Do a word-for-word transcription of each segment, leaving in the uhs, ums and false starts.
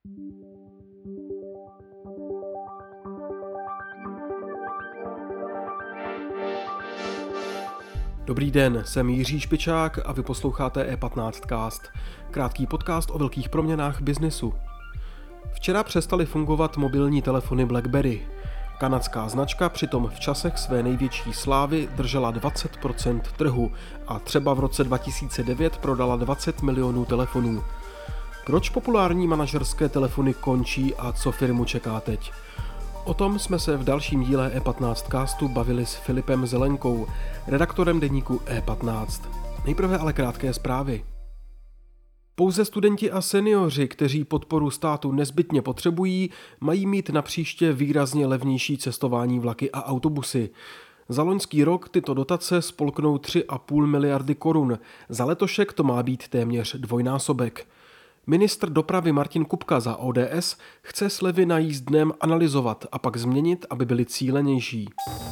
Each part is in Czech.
Dobrý den, jsem Jiří Špičák a vy posloucháte E patnáct Cast, krátký podcast o velkých proměnách biznesu. Včera přestaly fungovat mobilní telefony BlackBerry. Kanadská značka přitom v časech své největší slávy držela dvacet procent trhu a třeba v roce dva tisíce devět prodala dvacet milionů telefonů. Proč populární manažerské telefony končí a co firmu čeká teď? O tom jsme se v dalším díle E patnáct Castu bavili s Filipem Zelenkou, redaktorem deníku E patnáct. Nejprve ale krátké zprávy. Pouze studenti a seniori, kteří podporu státu nezbytně potřebují, mají mít napříště výrazně levnější cestování vlaky a autobusy. Za loňský rok tyto dotace spolknou tři a půl miliardy korun, za letošek to má být téměř dvojnásobek. Ministr dopravy Martin Kupka za O D S chce slevy na jízdném analyzovat a pak změnit, aby byly cílenější.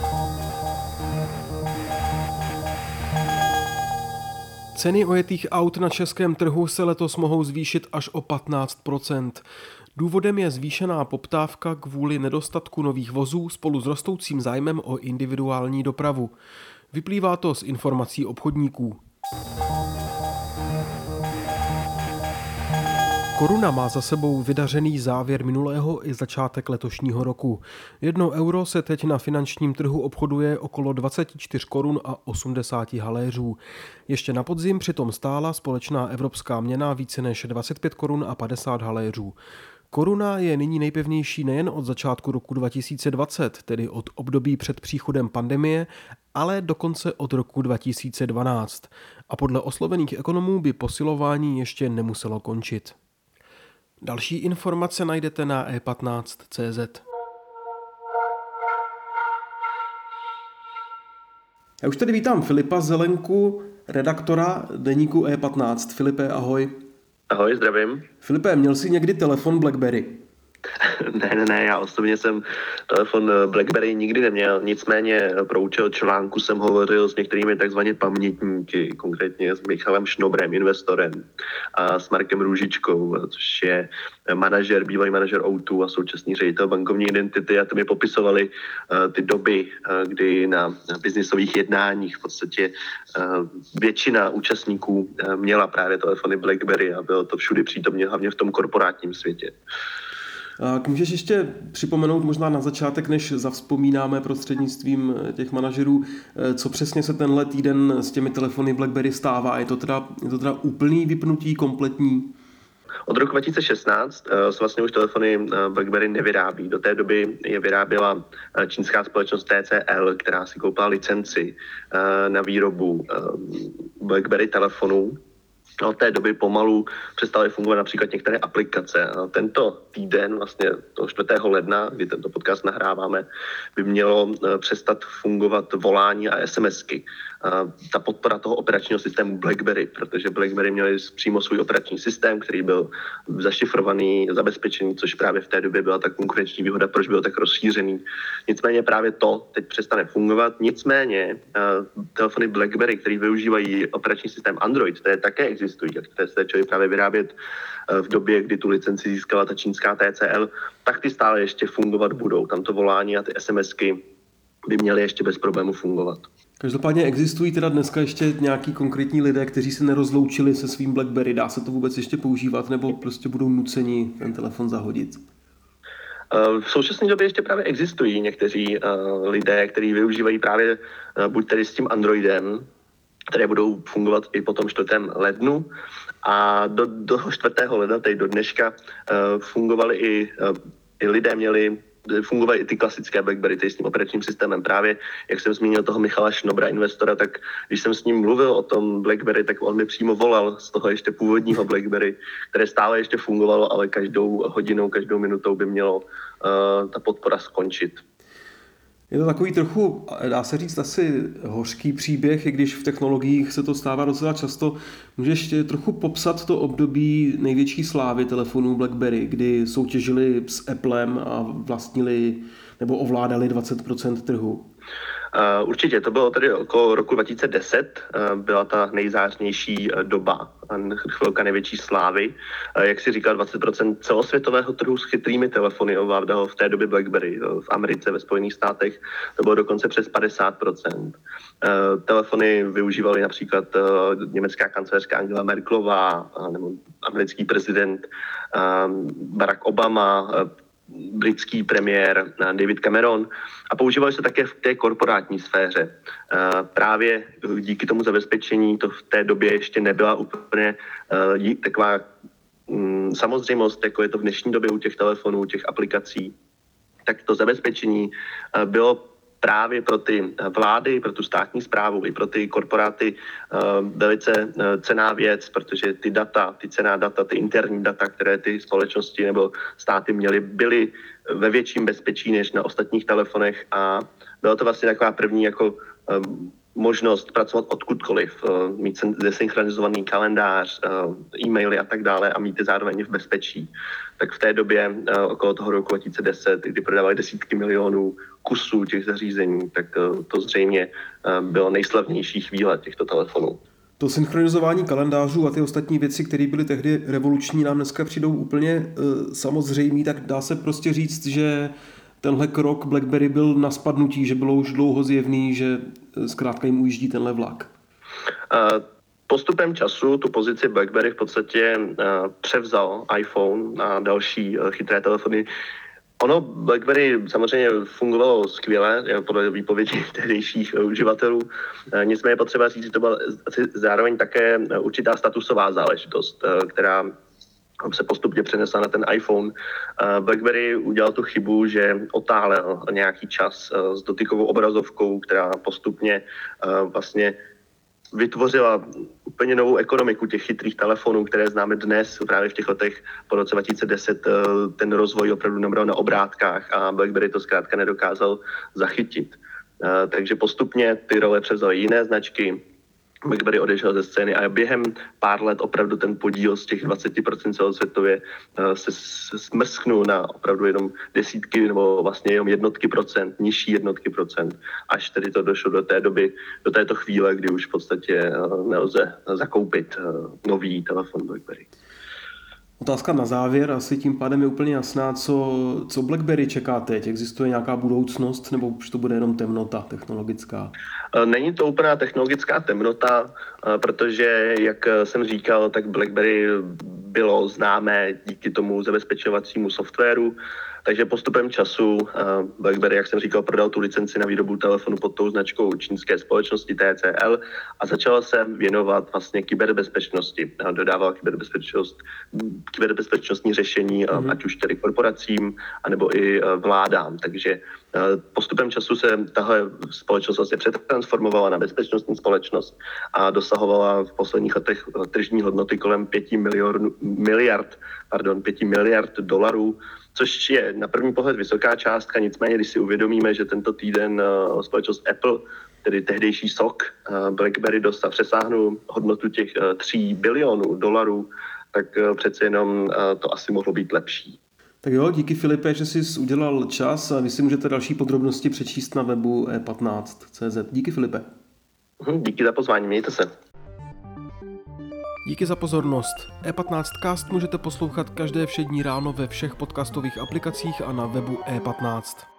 Ceny ojetých aut na českém trhu se letos mohou zvýšit až o patnáct procent. Důvodem je zvýšená poptávka kvůli nedostatku nových vozů spolu s rostoucím zájmem o individuální dopravu. Vyplývá to z informací obchodníků. Koruna má za sebou vydařený závěr minulého i začátek letošního roku. Jedno euro se teď na finančním trhu obchoduje okolo dvacet čtyři korun a osmdesát haléřů. Ještě na podzim přitom stála společná evropská měna více než dvacet pět korun a padesát haléřů. Koruna je nyní nejpevnější nejen od začátku roku dva tisíce dvacet, tedy od období před příchodem pandemie, ale dokonce od roku dva tisíce dvanáct. A podle oslovených ekonomů by posilování ještě nemuselo končit. Další informace najdete na e patnáct tečka cé zet. Já už tady vítám Filipa Zelenku, redaktora deníku E patnáct. Filipe, ahoj. Ahoj, zdravím. Filipe, měl jsi někdy telefon BlackBerry? Ne, ne, ne, já osobně jsem telefon BlackBerry nikdy neměl, nicméně pro účel článku jsem hovořil s některými takzvaně pamětníky, konkrétně s Michalem Šnobrem, investorem, a s Markem Růžičkou, což je manažer, bývalý manažer O dva a současný ředitel bankovní identity, a to mi popisovali uh, ty doby, uh, kdy na biznisových jednáních v podstatě uh, většina účastníků uh, měla právě telefony BlackBerry a bylo to všude přítomně, hlavně v tom korporátním světě. Můžeš ještě připomenout možná na začátek, než zavzpomínáme prostřednictvím těch manažerů, co přesně se tenhle týden s těmi telefony BlackBerry stává? Je to teda, je to teda úplný vypnutí, kompletní? Od roku dva tisíce šestnáct se vlastně už telefony BlackBerry nevyrábí. Do té doby je vyráběla čínská společnost T C L, která si koupila licenci na výrobu BlackBerry telefonů. Od té doby pomalu přestaly fungovat například některé aplikace. A tento týden, vlastně toho čtvrtého ledna, kdy tento podcast nahráváme, by mělo přestat fungovat volání a SMSky. A ta podpora toho operačního systému BlackBerry, protože BlackBerry měli přímo svůj operační systém, který byl zašifrovaný, zabezpečený, což právě v té době byla ta konkurenční výhoda, proč byl tak rozšířený. Nicméně právě to teď přestane fungovat. Nicméně telefony BlackBerry, které využívají operační systém Android, které také existují, a které se začaly právě vyrábět v době, kdy tu licenci získala ta čínská T C L, tak ty stále ještě fungovat budou. Tam to volání a ty SMSky by měly ještě bez problému fungovat. Každopádně existují teda dneska ještě nějaký konkrétní lidé, kteří se nerozloučili se svým BlackBerry. Dá se to vůbec ještě používat, nebo prostě budou nuceni ten telefon zahodit? V současné době ještě právě existují někteří lidé, kteří využívají právě buď tedy s tím Androidem, které budou fungovat i po tom čtvrtém lednu, a do, do čtvrtého ledna, tedy do dneška, fungovaly i, i lidé měli fungovaly i ty klasické BlackBerry, ty s tím operačním systémem. Právě, jak jsem zmínil toho Michala Šnobra, investora, tak když jsem s ním mluvil o tom BlackBerry, tak on mi přímo volal z toho ještě původního BlackBerry, které stále ještě fungovalo, ale každou hodinou, každou minutou by mělo uh, ta podpora skončit. Je to takový trochu, dá se říct, asi hořký příběh, i když v technologiích se to stává docela často. Můžeš trochu popsat to období největší slávy telefonů BlackBerry, kdy soutěžili s Applem a vlastnili nebo ovládali dvacet procent trhu? Uh, určitě, to bylo tedy okolo roku dva tisíce deset, uh, byla ta nejzářnější uh, doba, uh, chvilka největší slávy. Uh, jak si říkal, dvacet procent celosvětového trhu s chytrými telefony ovládalo v té době BlackBerry. Uh, v Americe, ve Spojených státech to bylo dokonce přes padesát procent. Uh, telefony využívali například uh, německá kancléřka Angela Merkelová, uh, nebo americký prezident uh, Barack Obama, uh, britský premiér David Cameron a používali se také v té korporátní sféře. Právě díky tomu zabezpečení to v té době ještě nebyla úplně taková samozřejmost, jako je to v dnešní době u těch telefonů, u těch aplikací. Tak to zabezpečení bylo právě pro ty vlády, pro tu státní správu i pro ty korporáty velice cenná věc, protože ty data, ty cenná data, ty interní data, které ty společnosti nebo státy měly, byly ve větším bezpečí než na ostatních telefonech a byla to vlastně taková první jako možnost pracovat odkudkoliv, mít desynchronizovaný kalendář, e-maily a tak dále a mít je zároveň v bezpečí. Tak v té době, okolo toho roku dva tisíce deset, kdy prodávali desítky milionů kusů těch zařízení, tak to zřejmě bylo nejslavnější chvíle těchto telefonů. To synchronizování kalendářů a ty ostatní věci, které byly tehdy revoluční, nám dneska přijdou úplně uh, samozřejmý, tak dá se prostě říct, že tenhle krok BlackBerry byl na spadnutí, že bylo už dlouho zjevný, že zkrátka jim ujíždí tenhle vlak. Uh, postupem času tu pozici BlackBerry v podstatě uh, převzal iPhone a další uh, chytré telefony. Ono BlackBerry samozřejmě fungovalo skvěle, podle výpovědí tehdejších uživatelů. Uh, nicméně potřeba říct, že to byla zároveň také určitá statusová záležitost, uh, která se postupně přenesla na ten iPhone. BlackBerry udělal tu chybu, že otálel nějaký čas s dotykovou obrazovkou, která postupně vlastně vytvořila úplně novou ekonomiku těch chytrých telefonů, které známe dnes. Právě v těch letech po roce dva tisíce deset ten rozvoj opravdu nabral na obrátkách a BlackBerry to zkrátka nedokázal zachytit. Takže postupně ty role převzaly jiné značky, BlackBerry odešel ze scény a během pár let opravdu ten podíl z těch dvacet procent celosvětově se smrsknul na opravdu jenom desítky nebo vlastně jenom jednotky procent, nižší jednotky procent, až tedy to došlo do té doby, do této chvíle, kdy už v podstatě nelze zakoupit nový telefon BlackBerry. Otázka na závěr, asi tím pádem je úplně jasná, co, co BlackBerry čeká teď. Existuje nějaká budoucnost, nebo už to bude jenom temnota technologická? Není to úplná technologická temnota, protože, jak jsem říkal, tak BlackBerry bylo známé díky tomu zabezpečovacímu softwaru, takže postupem času BlackBerry, jak jsem říkal, prodal tu licenci na výrobu telefonu pod tou značkou čínské společnosti T C L a začal se věnovat vlastně kyberbezpečnosti. Dodával kyberbezpečnost, kyberbezpečnostní řešení, mm-hmm. ať už tedy korporacím, anebo i vládám. Takže postupem času se tahle společnost vlastně přetransformovala na bezpečnostní společnost a dosahovala v posledních letech tržní hodnoty kolem pěti milionů, miliard, pardon, pěti miliard dolarů, což je na první pohled vysoká částka, nicméně když si uvědomíme, že tento týden uh, společnost Apple, tedy tehdejší S O K, uh, BlackBerry dostal, přesáhnul hodnotu těch uh, tří bilionů dolarů, tak uh, přece jenom uh, to asi mohlo být lepší. Tak jo, díky Filipe, že jsi udělal čas a vy si můžete další podrobnosti přečíst na webu e patnáct tečka cé zet. Díky Filipe. Uh, díky za pozvání, mějte se. Díky za pozornost. E patnáct Cast můžete poslouchat každé všední ráno ve všech podcastových aplikacích a na webu E patnáct.